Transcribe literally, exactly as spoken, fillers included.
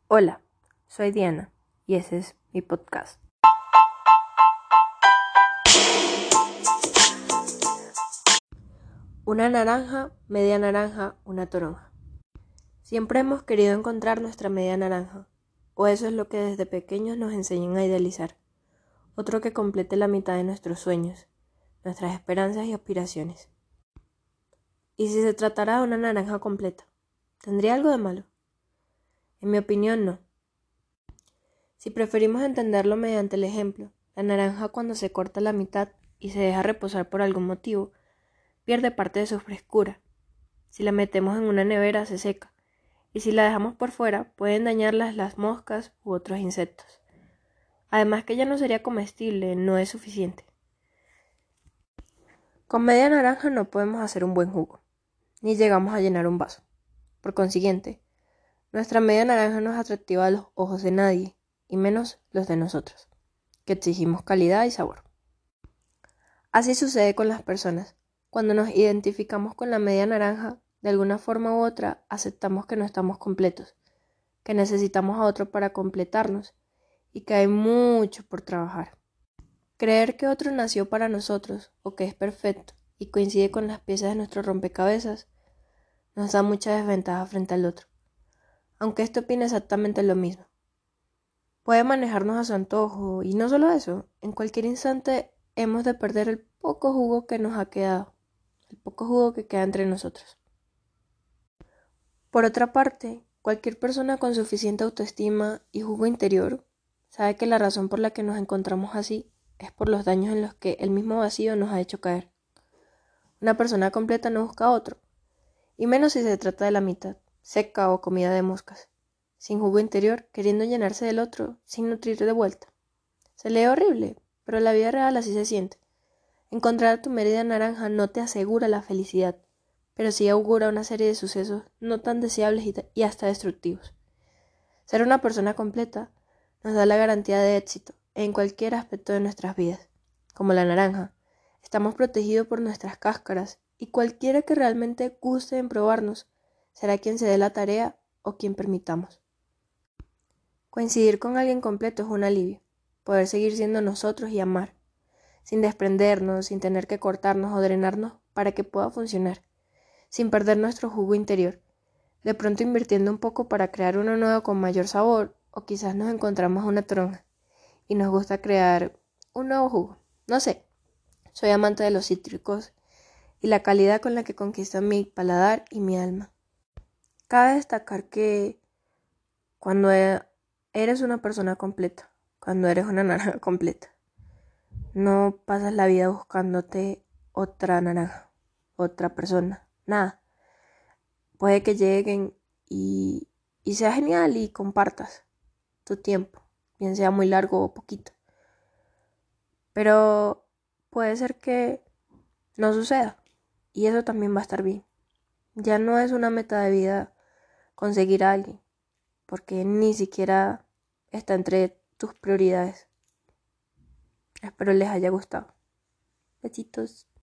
Hola, soy Diana y ese es mi podcast. Una naranja, media naranja, una toronja. Siempre hemos querido encontrar nuestra media naranja, o eso es lo que desde pequeños nos enseñan a idealizar. Otro que complete la mitad de nuestros sueños, nuestras esperanzas y aspiraciones. ¿Y si se tratara de una naranja completa? ¿Tendría algo de malo? En mi opinión, no. Si preferimos entenderlo mediante el ejemplo, la naranja cuando se corta la mitad y se deja reposar por algún motivo, pierde parte de su frescura. Si la metemos en una nevera se seca, y si la dejamos por fuera pueden dañarlas las moscas u otros insectos. Además que ya no sería comestible, no es suficiente. Con media naranja no podemos hacer un buen jugo, ni llegamos a llenar un vaso. Por consiguiente, nuestra media naranja no es atractiva a los ojos de nadie, y menos los de nosotros, que exigimos calidad y sabor. Así sucede con las personas. Cuando nos identificamos con la media naranja, de alguna forma u otra aceptamos que no estamos completos, que necesitamos a otro para completarnos y que hay mucho por trabajar. Creer que otro nació para nosotros o que es perfecto y coincide con las piezas de nuestro rompecabezas nos da mucha desventaja frente al otro, aunque éste opine exactamente lo mismo. Puede manejarnos a su antojo y no solo eso, en cualquier instante hemos de perder el poco jugo que nos ha quedado, el poco jugo que queda entre nosotros. Por otra parte, cualquier persona con suficiente autoestima y jugo interior sabe que la razón por la que nos encontramos así es por los daños en los que el mismo vacío nos ha hecho caer. Una persona completa no busca otro, y menos si se trata de la mitad, seca o comida de moscas, sin jugo interior, queriendo llenarse del otro, sin nutrir de vuelta. Se lee horrible, pero la vida real así se siente. Encontrar a tu media naranja no te asegura la felicidad, pero sí augura una serie de sucesos no tan deseables y hasta destructivos. Ser una persona completa nos da la garantía de éxito en cualquier aspecto de nuestras vidas. Como la naranja, estamos protegidos por nuestras cáscaras y cualquiera que realmente guste en probarnos será quien se dé la tarea o quien permitamos. Coincidir con alguien completo es un alivio, poder seguir siendo nosotros y amar, sin desprendernos, sin tener que cortarnos o drenarnos para que pueda funcionar, sin perder nuestro jugo interior, de pronto invirtiendo un poco para crear uno nuevo con mayor sabor, o quizás nos encontramos una toronja y nos gusta crear un nuevo jugo. No sé, soy amante de los cítricos y la calidad con la que conquistan mi paladar y mi alma. Cabe destacar que cuando eres una persona completa, cuando eres una naranja completa, no pasas la vida buscándote otra naranja, otra persona, nada. Puede que lleguen y, y sea genial y compartas tu tiempo, bien sea muy largo o poquito. Pero puede ser que no suceda y eso también va a estar bien. Ya no es una meta de vida conseguir a alguien, porque ni siquiera está entre tus prioridades. Espero les haya gustado. Besitos.